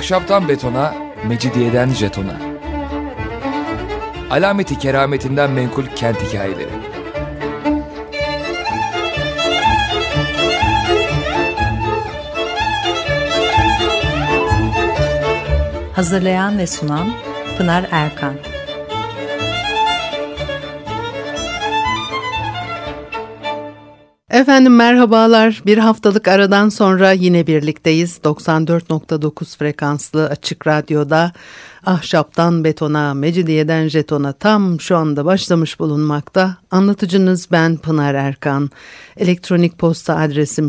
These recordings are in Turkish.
Ahşaptan betona, mecidiyeden jetona. Alameti kerametinden menkul kent hikayeleri. Hazırlayan ve sunan Pınar Erkan. Efendim merhabalar. Bir haftalık aradan sonra yine birlikteyiz. 94.9 frekanslı Açık Radyo'da Ahşaptan Betona, Mecidiyeden Jeton'a tam şu anda başlamış bulunmakta. Anlatıcınız ben Pınar Erkan. Elektronik posta adresim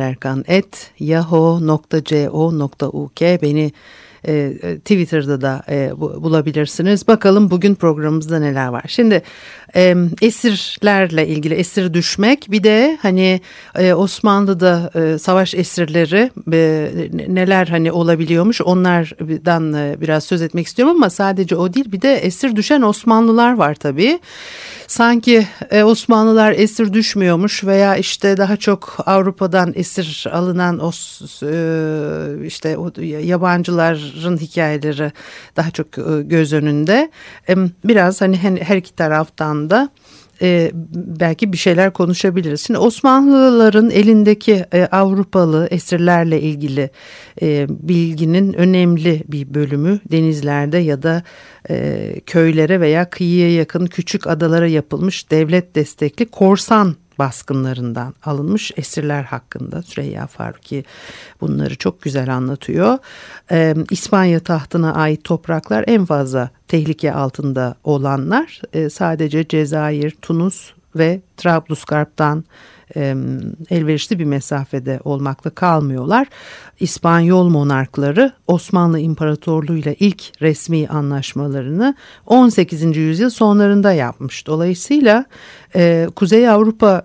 pinarerkan@yahoo.co.uk. Beni Twitter'da da bulabilirsiniz. Bakalım bugün programımızda neler var. Şimdi esirlerle ilgili, esir düşmek, bir de hani Osmanlı'da savaş esirleri neler hani olabiliyormuş, onlardan biraz söz etmek istiyorum ama sadece o değil, bir de esir düşen Osmanlılar var tabii. Sanki Osmanlılar esir düşmüyormuş veya işte daha çok Avrupa'dan esir alınan işte o yabancıların hikayeleri daha çok göz önünde. Biraz hani her iki taraftan da belki bir şeyler konuşabiliriz. Şimdi Osmanlıların elindeki Avrupalı esirlerle ilgili bilginin önemli bir bölümü denizlerde ya da köylere veya kıyıya yakın küçük adalara yapılmış devlet destekli korsan baskınlarından alınmış esirler hakkında. Süreyya Faruki bunları çok güzel anlatıyor. İspanya tahtına ait topraklar en fazla tehlike altında olanlar sadece Cezayir, Tunus ve Trablusgarp'tan elverişli bir mesafede olmakla kalmıyorlar. İspanyol monarkları Osmanlı İmparatorluğu ile ilk resmi anlaşmalarını 18. yüzyıl sonlarında yapmış. Dolayısıyla Kuzey Avrupa,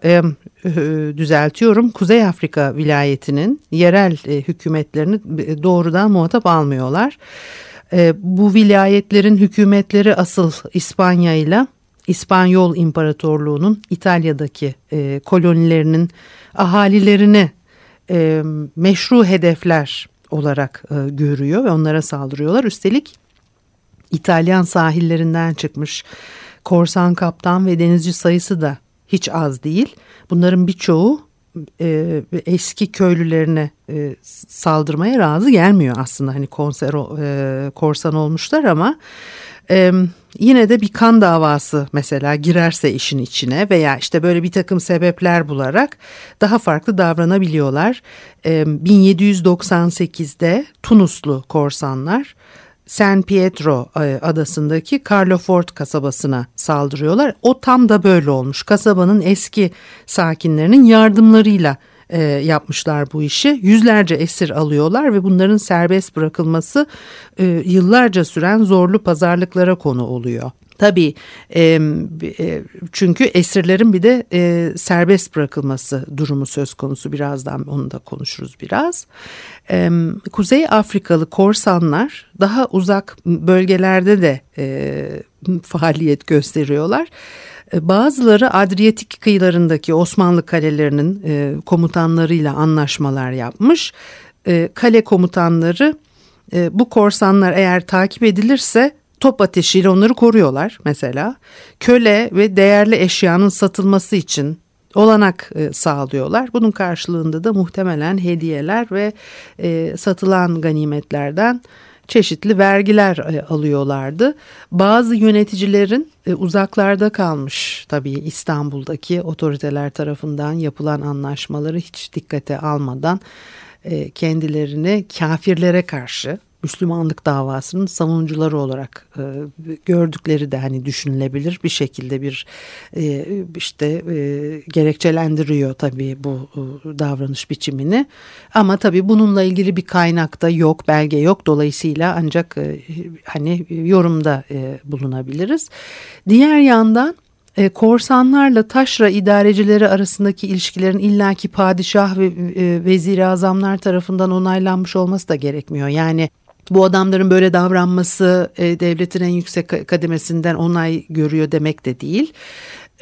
Kuzey Afrika vilayetinin yerel hükümetlerini doğrudan muhatap almıyorlar. Bu vilayetlerin hükümetleri asıl İspanya ile İspanyol İmparatorluğu'nun İtalya'daki kolonilerinin ahalilerini meşru hedefler olarak görüyor ve onlara saldırıyorlar. Üstelik İtalyan sahillerinden çıkmış korsan kaptan ve denizci sayısı da hiç az değil. Bunların birçoğu eski köylülerine saldırmaya razı gelmiyor aslında. Hani korsan olmuşlar ama yine de bir kan davası mesela girerse işin içine veya işte böyle bir takım sebepler bularak daha farklı davranabiliyorlar. 1798'de Tunuslu korsanlar San Pietro adasındaki Carlofort kasabasına saldırıyorlar. O tam da böyle olmuş. Kasabanın eski sakinlerinin yardımlarıyla yapmışlar bu işi. Yüzlerce esir alıyorlar ve bunların serbest bırakılması yıllarca süren zorlu pazarlıklara konu oluyor. Tabii çünkü esirlerin bir de serbest bırakılması durumu söz konusu. Birazdan onu da konuşuruz biraz. Kuzey Afrikalı korsanlar daha uzak bölgelerde de faaliyet gösteriyorlar. Bazıları Adriyatik kıyılarındaki Osmanlı kalelerinin komutanlarıyla anlaşmalar yapmış. Kale komutanları bu korsanlar eğer takip edilirse top ateşiyle onları koruyorlar mesela. Köle ve değerli eşyanın satılması için olanak sağlıyorlar. Bunun karşılığında da muhtemelen hediyeler ve satılan ganimetlerden çeşitli vergiler alıyorlardı. Bazı yöneticilerin uzaklarda kalmış, tabii İstanbul'daki otoriteler tarafından yapılan anlaşmaları hiç dikkate almadan kendilerini kafirlere karşı Müslümanlık davasının savunucuları olarak gördükleri de hani düşünülebilir bir şekilde bir gerekçelendiriyor tabii bu davranış biçimini. Ama tabii bununla ilgili bir kaynak da yok, belge yok. Dolayısıyla ancak hani yorumda bulunabiliriz. Diğer yandan korsanlarla taşra idarecileri arasındaki ilişkilerin illaki padişah ve vezir-i azamlar tarafından onaylanmış olması da gerekmiyor. Yani bu adamların böyle davranması devletin en yüksek kademesinden onay görüyor demek de değil.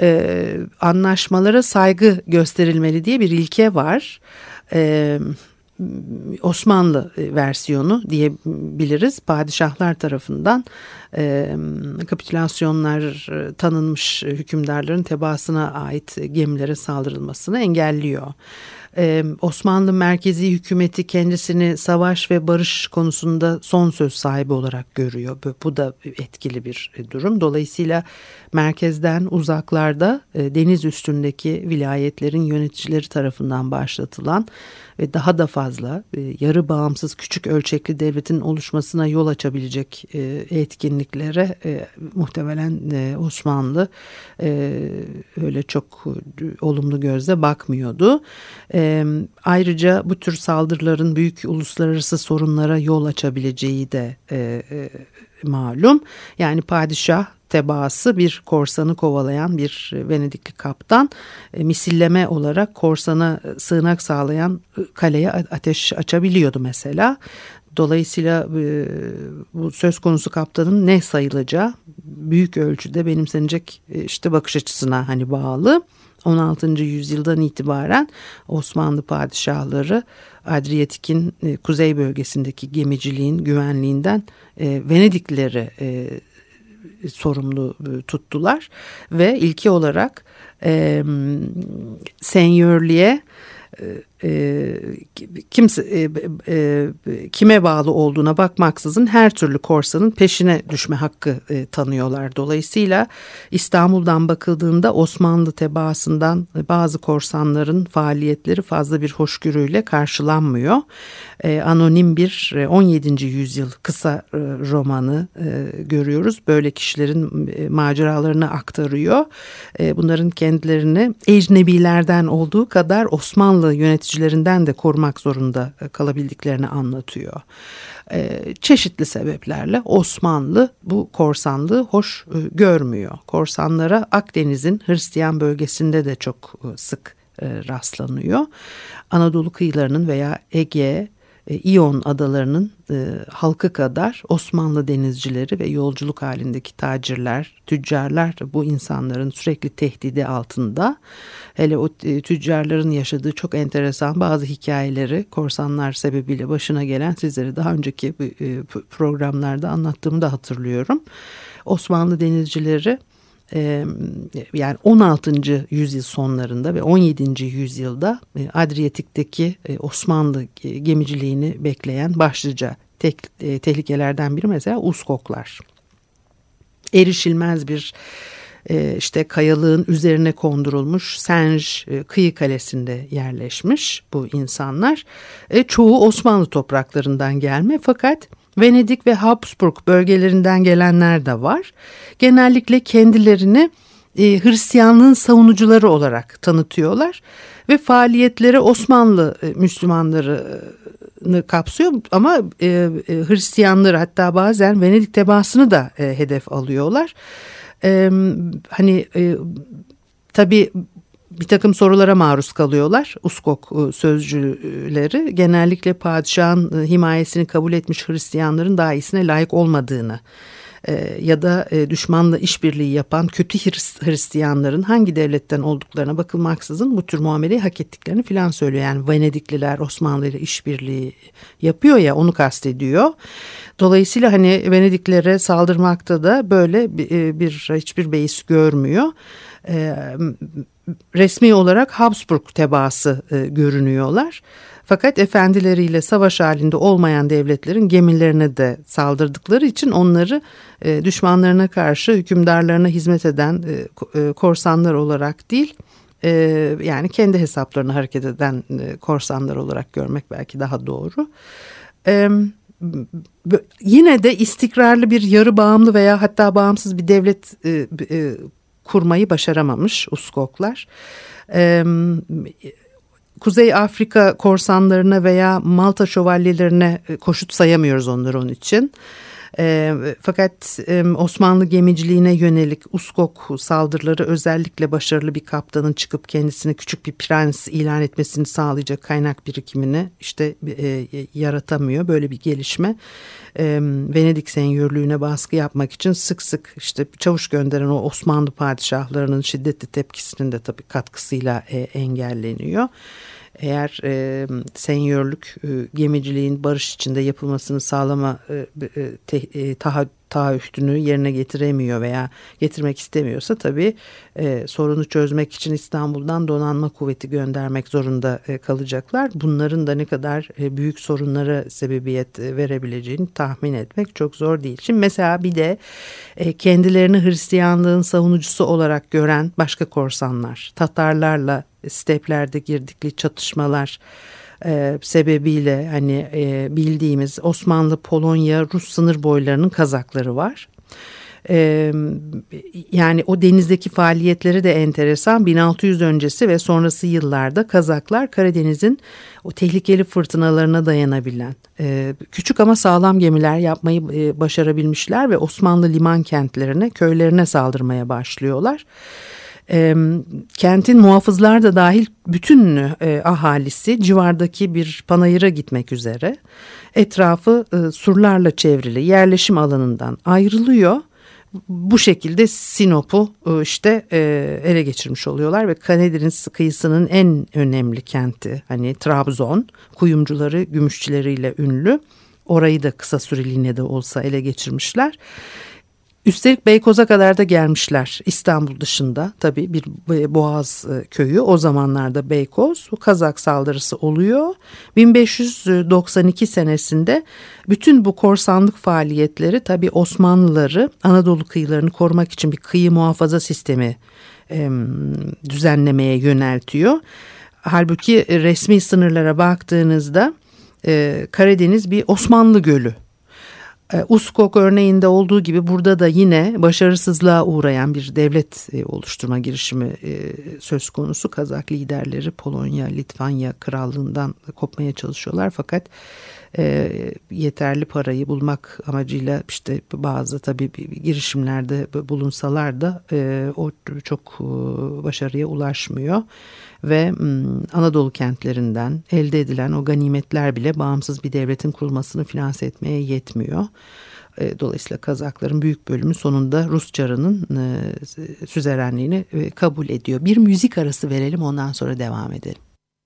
Anlaşmalara saygı gösterilmeli diye bir ilke var. Osmanlı versiyonu diyebiliriz. Padişahlar tarafından kapitülasyonlar tanınmış hükümdarların tebaasına ait gemilere saldırılmasını engelliyor. Osmanlı merkezi hükümeti kendisini savaş ve barış konusunda son söz sahibi olarak görüyor. Bu da etkili bir durum. Dolayısıyla merkezden uzaklarda deniz üstündeki vilayetlerin yöneticileri tarafından başlatılan ve daha da fazla yarı bağımsız küçük ölçekli devletin oluşmasına yol açabilecek etkinliklere muhtemelen Osmanlı öyle çok olumlu gözle bakmıyordu. Ayrıca bu tür saldırıların büyük uluslararası sorunlara yol açabileceği de malum. Yani padişah tebaası bir korsanı kovalayan bir Venedikli kaptan misilleme olarak korsana sığınak sağlayan kaleye ateş açabiliyordu mesela. Dolayısıyla bu söz konusu kaptanın ne sayılacağı büyük ölçüde benimsenecek işte bakış açısına hani bağlı. 16. yüzyıldan itibaren Osmanlı padişahları Adriyatik'in kuzey bölgesindeki gemiciliğin güvenliğinden Venediklileri sorumlu tuttular ve ilki olarak senyörlüğe kime bağlı olduğuna bakmaksızın her türlü korsanın peşine düşme hakkı tanıyorlar. Dolayısıyla İstanbul'dan bakıldığında Osmanlı tebaasından bazı korsanların faaliyetleri fazla bir hoşgörüyle karşılanmıyor. Anonim bir 17. yüzyıl kısa romanı görüyoruz. Böyle kişilerin maceralarını aktarıyor. Bunların kendilerini ecnebilerden olduğu kadar Osmanlı yöneticilerinden de korumak zorunda kalabildiklerini anlatıyor. Çeşitli sebeplerle Osmanlı bu korsanlığı hoş görmüyor. Korsanlara Akdeniz'in Hristiyan bölgesinde de çok sık rastlanıyor. Anadolu kıyılarının veya Ege, İyon adalarının halkı kadar Osmanlı denizcileri ve yolculuk halindeki tacirler, tüccarlar bu insanların sürekli tehdidi altında. Hele o tüccarların yaşadığı çok enteresan bazı hikayeleri korsanlar sebebiyle başına gelen sizlere daha önceki programlarda adımı da hatırlıyorum. Osmanlı denizcileri yani 16. yüzyıl sonlarında ve 17. yüzyılda Adriyatik'teki Osmanlı gemiciliğini bekleyen başlıca tehlikelerden biri mesela Uskoklar. Erişilmez bir işte kayalığın üzerine kondurulmuş Senj kıyı kalesinde yerleşmiş bu insanlar. Çoğu Osmanlı topraklarından gelme fakat Venedik ve Habsburg bölgelerinden gelenler de var. Genellikle kendilerini Hristiyanlığın savunucuları olarak tanıtıyorlar ve faaliyetleri Osmanlı Müslümanlarını kapsıyor ama Hristiyanları hatta bazen Venedik tebaasını da hedef alıyorlar. Tabii bir takım sorulara maruz kalıyorlar. Uskok sözcüleri genellikle padişahın himayesini kabul etmiş Hristiyanların daha iyisine layık olmadığını ya da düşmanla işbirliği yapan kötü Hristiyanların hangi devletten olduklarına bakılmaksızın bu tür muameleyi hak ettiklerini filan söylüyor. Yani Venedikliler Osmanlı ile işbirliği yapıyor ya, onu kastediyor. Dolayısıyla hani Venediklilere saldırmakta da böyle hiçbir beis görmüyor. Resmi olarak Habsburg tebaası görünüyorlar. Fakat efendileriyle savaş halinde olmayan devletlerin gemilerine de saldırdıkları için onları düşmanlarına karşı hükümdarlarına hizmet eden korsanlar olarak değil, yani kendi hesaplarını hareket eden korsanlar olarak görmek belki daha doğru. Yine de istikrarlı bir yarı bağımlı veya hatta bağımsız bir devlet kurmayı başaramamış Uskoklar. Kuzey Afrika korsanlarına veya Malta şövalyelerine koşut sayamıyoruz onları onun için. Fakat Osmanlı gemiciliğine yönelik Uskok saldırıları özellikle başarılı bir kaptanın çıkıp kendisini küçük bir prens ilan etmesini sağlayacak kaynak birikimini yaratamıyor. Böyle bir gelişme Venedik senyörlüğüne baskı yapmak için sık sık çavuş gönderen o Osmanlı padişahlarının şiddetli tepkisinin de tabii katkısıyla engelleniyor. eğer senyörlük gemiciliğin barış içinde yapılmasını sağlama taahhütünü yerine getiremiyor veya getirmek istemiyorsa tabii sorunu çözmek için İstanbul'dan donanma kuvveti göndermek zorunda kalacaklar. Bunların da ne kadar büyük sorunlara sebebiyet verebileceğini tahmin etmek çok zor değil. Şimdi mesela bir de kendilerini Hristiyanlığın savunucusu olarak gören başka korsanlar, Tatarlarla steplerde girdikleri çatışmalar sebebiyle hani bildiğimiz Osmanlı, Polonya, Rus sınır boylarının Kazakları var. Yani o denizdeki faaliyetleri de enteresan. 1600 öncesi ve sonrası yıllarda Kazaklar Karadeniz'in o tehlikeli fırtınalarına dayanabilen küçük ama sağlam gemiler yapmayı başarabilmişler ve Osmanlı liman kentlerine, köylerine saldırmaya başlıyorlar. Kentin muhafızlar da dahil bütün ahalisi civardaki bir panayıra gitmek üzere etrafı surlarla çevrili yerleşim alanından ayrılıyor. Bu şekilde Sinop'u ele geçirmiş oluyorlar ve Karadeniz kıyısının en önemli kenti hani Trabzon, kuyumcuları, gümüşçüleriyle ünlü. Orayı da kısa süreliğine de olsa ele geçirmişler. Üstelik Beykoz'a kadar da gelmişler. İstanbul dışında tabii bir Boğaz köyü, o zamanlarda Beykoz. Kazak saldırısı oluyor. 1592 senesinde bütün bu korsanlık faaliyetleri tabii Osmanlıları Anadolu kıyılarını korumak için bir kıyı muhafaza sistemi düzenlemeye yöneltiyor. Halbuki resmi sınırlara baktığınızda Karadeniz bir Osmanlı gölü. Uskok örneğinde olduğu gibi burada da yine başarısızlığa uğrayan bir devlet oluşturma girişimi söz konusu. Kazak liderleri Polonya, Litvanya krallığından kopmaya çalışıyorlar fakat yeterli parayı bulmak amacıyla işte bazı tabii girişimlerde bulunsalar da o çok başarıya ulaşmıyor. Ve Anadolu kentlerinden elde edilen o ganimetler bile bağımsız bir devletin kurulmasını finanse etmeye yetmiyor. Dolayısıyla Kazakların büyük bölümü sonunda Rus Çarı'nın süzerenliğini kabul ediyor. Bir müzik arası verelim, ondan sonra devam edelim.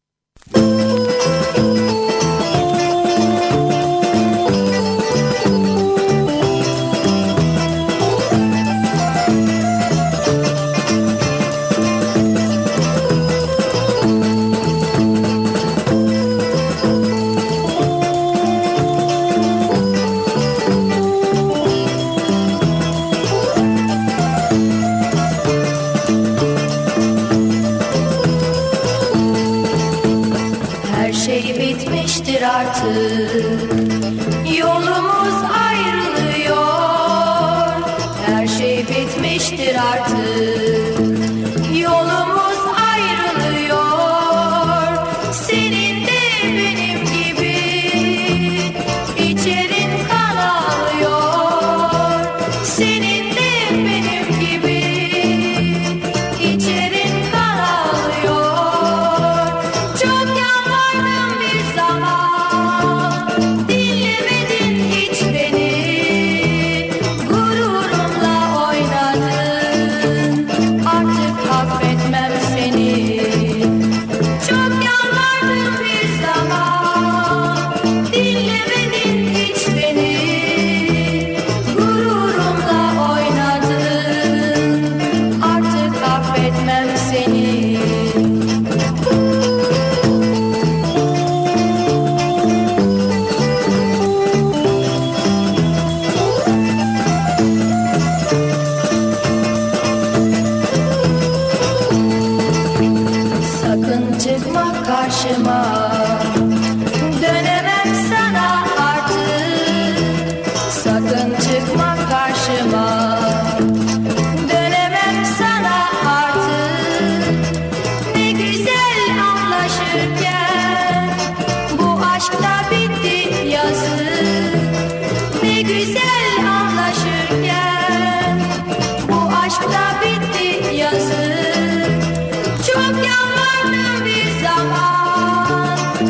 Artık yolumuz ayrılıyor, her şey bitmiştir artık, yolumuz ayrılıyor, senin de benim gibi içerin kan ağlıyor, senin de benim gibi içerin kan ağlıyor, çok yalvardım bir zaman. Karşıma dönemem sana artık, sakın çıkma karşıma, dönemem sana artık. Ne güzel anlaşırken bu aşkta bitti yazık, ne güzel anlaşırken bu aşkta bitti yazık. Çok yalvardım bir zaman,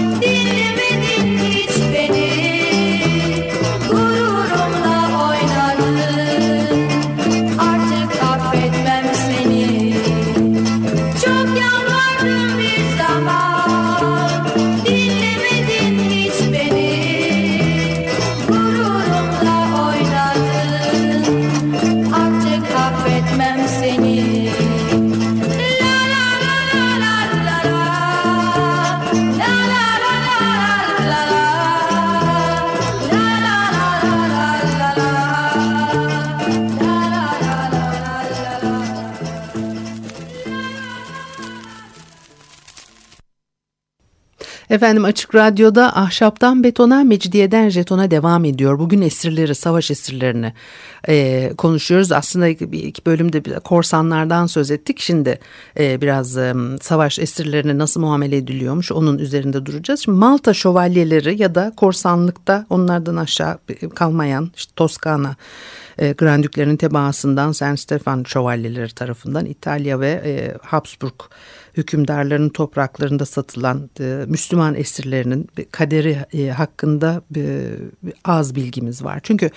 Efendim Açık Radyo'da ahşaptan betona, mecidiyeden jetona devam ediyor. Bugün esirleri, savaş esirlerini konuşuyoruz. Aslında iki bölümde korsanlardan söz ettik. Şimdi biraz savaş esirlerine nasıl muamele ediliyormuş onun üzerinde duracağız. Şimdi Malta şövalyeleri ya da korsanlıkta onlardan aşağı kalmayan işte Toskana Grandüklerin tebaasından Saint Stefan şövalyeleri tarafından İtalya ve Habsburg hükümdarlarının topraklarında satılan Müslüman esirlerinin kaderi hakkında az bilgimiz var. Çünkü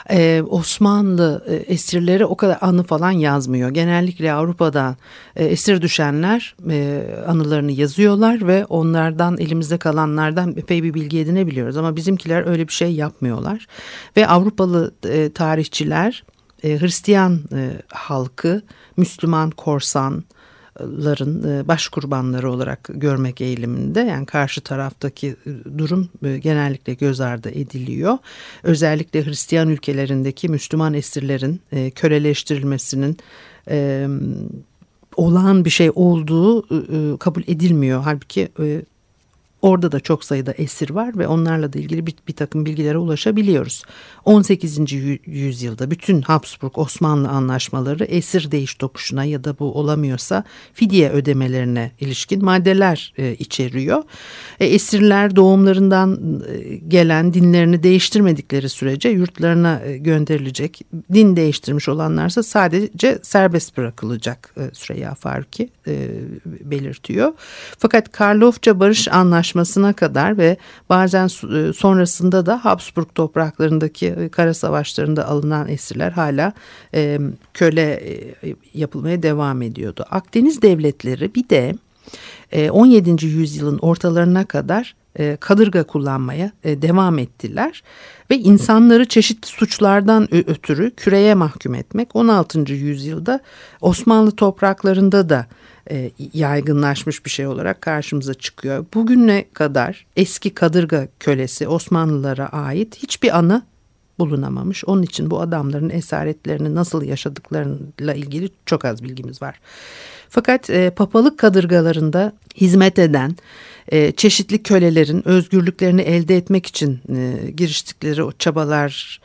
Osmanlı esirleri o kadar anı falan yazmıyor. Genellikle Avrupa'dan esir düşenler anılarını yazıyorlar ve onlardan, elimizde kalanlardan epey bir bilgi edinebiliyoruz. Ama bizimkiler öyle bir şey yapmıyorlar. Ve Avrupalı tarihçiler Hristiyan halkı Müslüman korsanların baş kurbanları olarak görmek eğiliminde. Yani karşı taraftaki durum genellikle göz ardı ediliyor. Özellikle Hristiyan ülkelerindeki Müslüman esirlerin köleleştirilmesinin olağan bir şey olduğu kabul edilmiyor. Halbuki orada da çok sayıda esir var ve onlarla da ilgili bir takım bilgilere ulaşabiliyoruz. 18. yüzyılda bütün Habsburg Osmanlı anlaşmaları esir değiş tokuşuna ya da bu olamıyorsa fidye ödemelerine ilişkin maddeler içeriyor. Esirler doğumlarından gelen dinlerini değiştirmedikleri sürece yurtlarına gönderilecek. Din değiştirmiş olanlarsa sadece serbest bırakılacak Süreyya Faruki belirtiyor. Fakat Karlofça Barış Anlaşması'na kadar ve bazen sonrasında da Habsburg topraklarındaki kara savaşlarında alınan esirler hala köle yapılmaya devam ediyordu. Akdeniz devletleri bir de 17. yüzyılın ortalarına kadar kadırga kullanmaya devam ettiler ve insanları çeşitli suçlardan ötürü küreye mahkum etmek 16. yüzyılda Osmanlı topraklarında da yaygınlaşmış bir şey olarak karşımıza çıkıyor. Bugüne kadar eski kadırga kölesi Osmanlılara ait hiçbir anı bulunamamış. Onun için bu adamların esaretlerini nasıl yaşadıklarıyla ilgili çok az bilgimiz var. Fakat papalık kadırgalarında hizmet eden çeşitli kölelerin özgürlüklerini elde etmek için giriştikleri o çabalar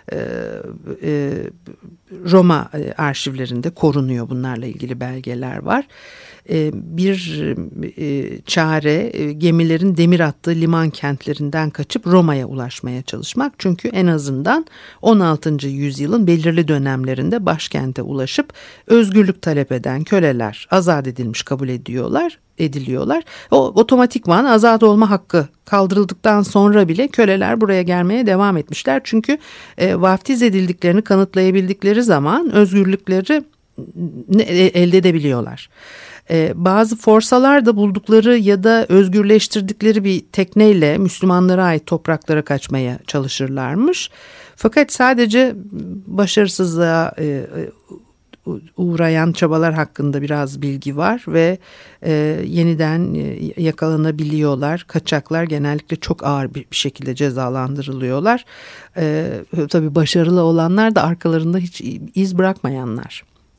Roma arşivlerinde korunuyor. Bunlarla ilgili belgeler var. Bir çare gemilerin demir attığı liman kentlerinden kaçıp Roma'ya ulaşmaya çalışmak. Çünkü en azından 16. yüzyılın belirli dönemlerinde başkente ulaşıp özgürlük talep eden köleler azat edilmiş kabul ediliyorlar. O otomatikman azat olma hakkı kaldırıldıktan sonra bile köleler buraya gelmeye devam etmişler. Çünkü vaftiz edildiklerini kanıtlayabildikleri zaman özgürlükleri elde edebiliyorlar. Bazı forsalar da buldukları ya da özgürleştirdikleri bir tekneyle Müslümanlara ait topraklara kaçmaya çalışırlarmış. Fakat sadece başarısızlığa uğrayan çabalar hakkında biraz bilgi var ve yeniden yakalanabiliyorlar. Kaçaklar genellikle çok ağır bir şekilde cezalandırılıyorlar. Tabii başarılı olanlar da arkalarında hiç iz bırakmayanlar.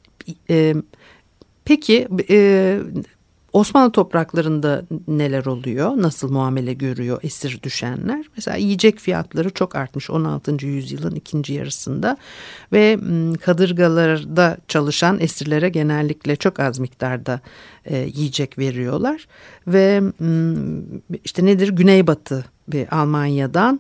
Peki Osmanlı topraklarında neler oluyor? Nasıl muamele görüyor esir düşenler? Mesela yiyecek fiyatları çok artmış 16. yüzyılın ikinci yarısında ve kadırgalarda çalışan esirlere genellikle çok az miktarda yiyecek veriyorlar. Ve işte nedir? Güneybatı Almanya'dan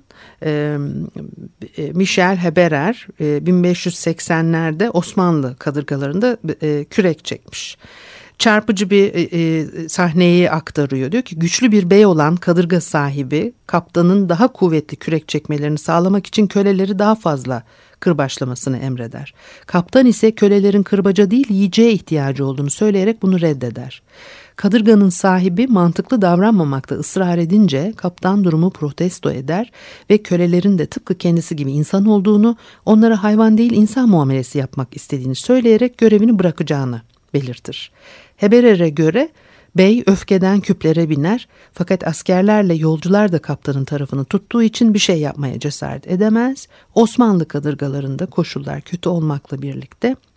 Michel Heberer 1580'lerde Osmanlı kadırgalarında kürek çekmiş. Çarpıcı bir sahneyi aktarıyor. Diyor ki güçlü bir bey olan kadırga sahibi kaptanın daha kuvvetli kürek çekmelerini sağlamak için köleleri daha fazla kırbaçlamasını emreder. Kaptan ise kölelerin kırbaca değil yiyeceğe ihtiyacı olduğunu söyleyerek bunu reddeder. Kadırganın sahibi mantıklı davranmamakta ısrar edince kaptan durumu protesto eder ve kölelerin de tıpkı kendisi gibi insan olduğunu, onlara hayvan değil insan muamelesi yapmak istediğini söyleyerek görevini bırakacağını belirtir. Heberer'e göre bey öfkeden küplere biner fakat askerlerle yolcular da kaptanın tarafını tuttuğu için bir şey yapmaya cesaret edemez. Osmanlı kadırgalarında koşullar kötü olmakla birlikte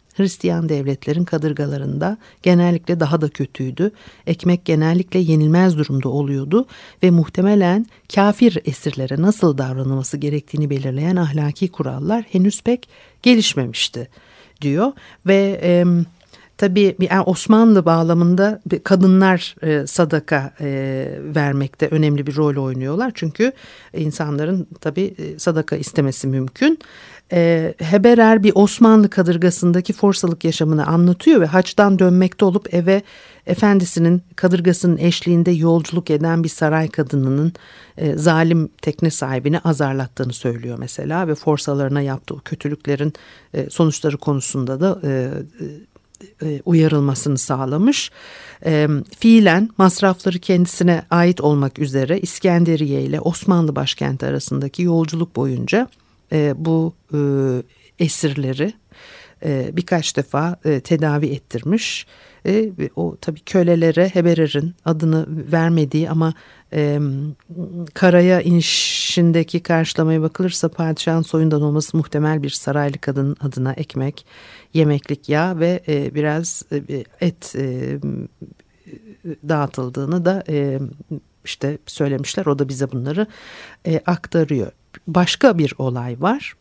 Hristiyan devletlerin kadırgalarında genellikle daha da kötüydü. Ekmek genellikle yenilmez durumda oluyordu ve muhtemelen kafir esirlere nasıl davranılması gerektiğini belirleyen ahlaki kurallar henüz pek gelişmemişti diyor ve tabii yani Osmanlı bağlamında kadınlar sadaka vermekte önemli bir rol oynuyorlar. Çünkü insanların tabii sadaka istemesi mümkün. Heberer bir Osmanlı kadırgasındaki forsalık yaşamını anlatıyor ve haçtan dönmekte olup eve efendisinin kadırgasının eşliğinde yolculuk eden bir saray kadınının zalim tekne sahibini azarlattığını söylüyor mesela ve forsalarına yaptığı kötülüklerin sonuçları konusunda da uyarılmasını sağlamış. Fiilen masrafları kendisine ait olmak üzere İskenderiye ile Osmanlı başkenti arasındaki yolculuk boyunca bu esirleri birkaç defa tedavi ettirmiş. O tabii kölelere Heberer'in adını vermediği ama karaya inişindeki karşılamaya bakılırsa padişahın soyundan olması muhtemel bir saraylı kadının adına ekmek, yemeklik yağ ve biraz et dağıtıldığını da işte söylemişler. O da bize bunları aktarıyor. Başka bir olay var.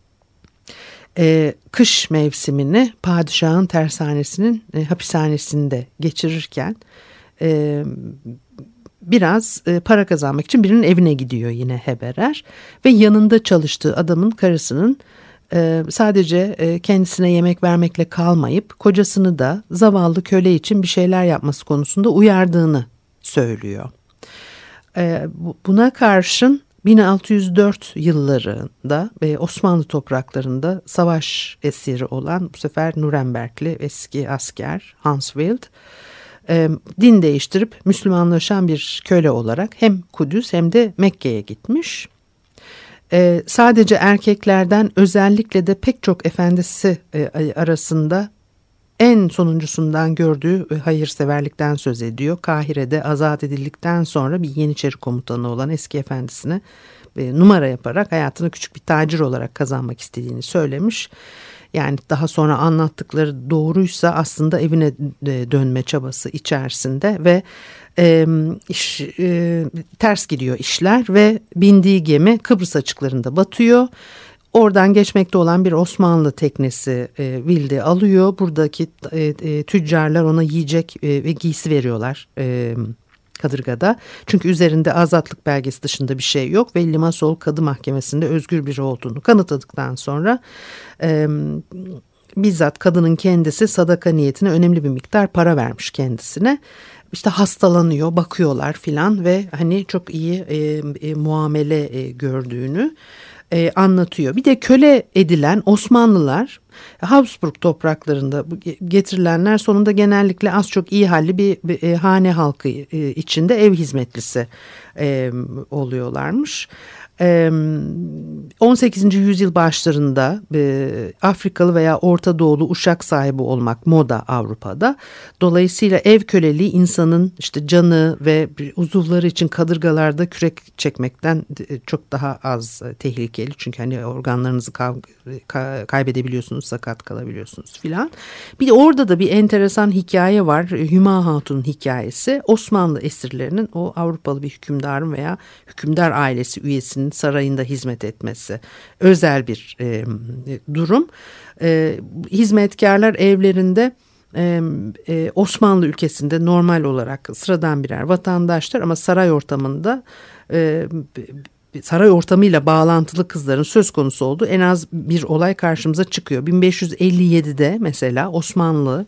Kış mevsimini padişahın tersanesinin hapishanesinde geçirirken biraz para kazanmak için birinin evine gidiyor yine Heberer ve yanında çalıştığı adamın karısının sadece kendisine yemek vermekle kalmayıp kocasını da zavallı köle için bir şeyler yapması konusunda uyardığını söylüyor. Buna karşın 1604 yıllarında Osmanlı topraklarında savaş esiri olan bu sefer Nurembergli eski asker Hans Wild din değiştirip Müslümanlaşan bir köle olarak hem Kudüs hem de Mekke'ye gitmiş. Sadece erkeklerden özellikle de pek çok efendisi arasında en sonuncusundan gördüğü hayırseverlikten söz ediyor. Kahire'de azat edildikten sonra bir Yeniçeri komutanı olan eski efendisine numara yaparak hayatını küçük bir tacir olarak kazanmak istediğini söylemiş. Yani daha sonra anlattıkları doğruysa aslında evine dönme çabası içerisinde ve ters gidiyor işler ve bindiği gemi Kıbrıs açıklarında batıyor. Oradan geçmekte olan bir Osmanlı teknesi Wild'i alıyor. Buradaki tüccarlar ona yiyecek ve giysi veriyorlar kadırgada. Çünkü üzerinde azatlık belgesi dışında bir şey yok ve Limassol Kadı Mahkemesi'nde özgür biri olduğunu kanıtladıktan sonra bizzat kadının kendisi sadaka niyetine önemli bir miktar para vermiş kendisine. İşte hastalanıyor, bakıyorlar filan ve hani çok iyi muamele gördüğünü anlatıyor. Bir de köle edilen Osmanlılar Habsburg topraklarında getirilenler sonunda genellikle az çok iyi halli bir hane halkı içinde ev hizmetlisi oluyorlarmış. 18. yüzyıl başlarında Afrikalı veya Orta Doğulu uşak sahibi olmak moda Avrupa'da. Dolayısıyla ev köleliği insanın işte canı ve uzuvları için kadırgalarda kürek çekmekten çok daha az tehlikeli. Çünkü hani organlarınızı kaybedebiliyorsunuz, sakat kalabiliyorsunuz filan. Bir de orada da bir enteresan hikaye var. Hüma Hatun'un hikayesi. Osmanlı esirlerinin o Avrupalı bir hükümdarın veya hükümdar ailesi üyesinin sarayında hizmet etmesi özel bir durum. Hizmetkarlar evlerinde Osmanlı ülkesinde normal olarak sıradan birer vatandaşlar ama saray ortamında saray ortamıyla bağlantılı kızların söz konusu olduğu en az bir olay karşımıza çıkıyor. 1557'de mesela Osmanlı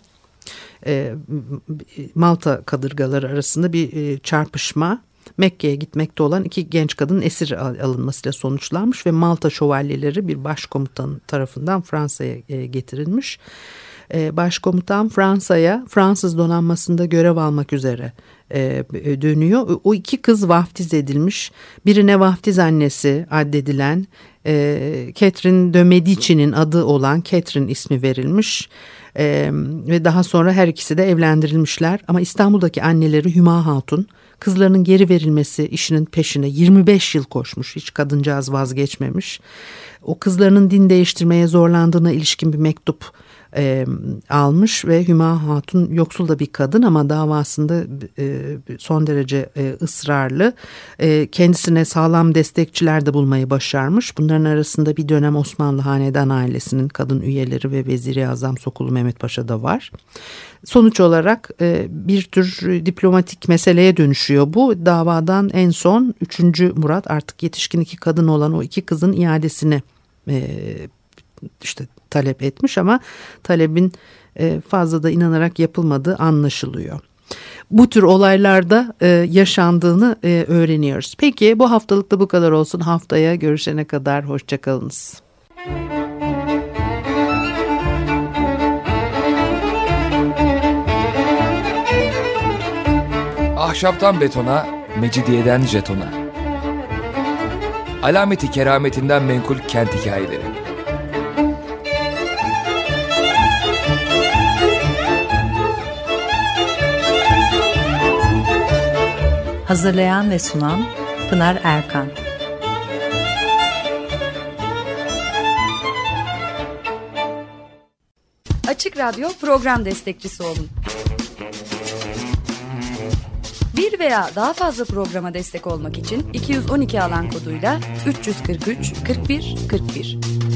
Malta kadırgaları arasında bir çarpışma Mekke'ye gitmekte olan iki genç kadının esir alınmasıyla sonuçlanmış ve Malta şövalyeleri bir başkomutan tarafından Fransa'ya getirilmiş. Başkomutan Fransa'ya Fransız donanmasında görev almak üzere dönüyor. O iki kız vaftiz edilmiş. Birine vaftiz annesi addedilen Catherine de Medici'nin adı olan Catherine ismi verilmiş. Ve daha sonra her ikisi de evlendirilmişler. Ama İstanbul'daki anneleri Hüma Hatun kızlarının geri verilmesi işinin peşine 25 yıl koşmuş. Hiç kadıncağız vazgeçmemiş. O kızlarının din değiştirmeye zorlandığına ilişkin bir mektup almış ve Hüma Hatun yoksul da bir kadın ama davasında son derece ısrarlı. Kendisine sağlam destekçiler de bulmayı başarmış. Bunların arasında bir dönem Osmanlı Hanedan ailesinin kadın üyeleri ve Vezir-i Azam Sokulu Mehmet Paşa da var. Sonuç olarak bir tür diplomatik meseleye dönüşüyor bu. Davadan en son 3. Murat, artık yetişkin 2 kadın olan o 2 kızın iadesini talep etmiş ama talebin fazla da inanarak yapılmadığı anlaşılıyor. Bu tür olaylarda yaşandığını öğreniyoruz. Peki bu haftalık da bu kadar olsun. Haftaya görüşene kadar hoşçakalınız. Ahşaptan betona, mecidiyeden jetona. Alameti kerametinden menkul kent hikayeleri. Hazırlayan ve sunan Pınar Erkan. Açık Radyo program destekçisi olun. Bir veya daha fazla programa destek olmak için 212 alan koduyla 343 41 41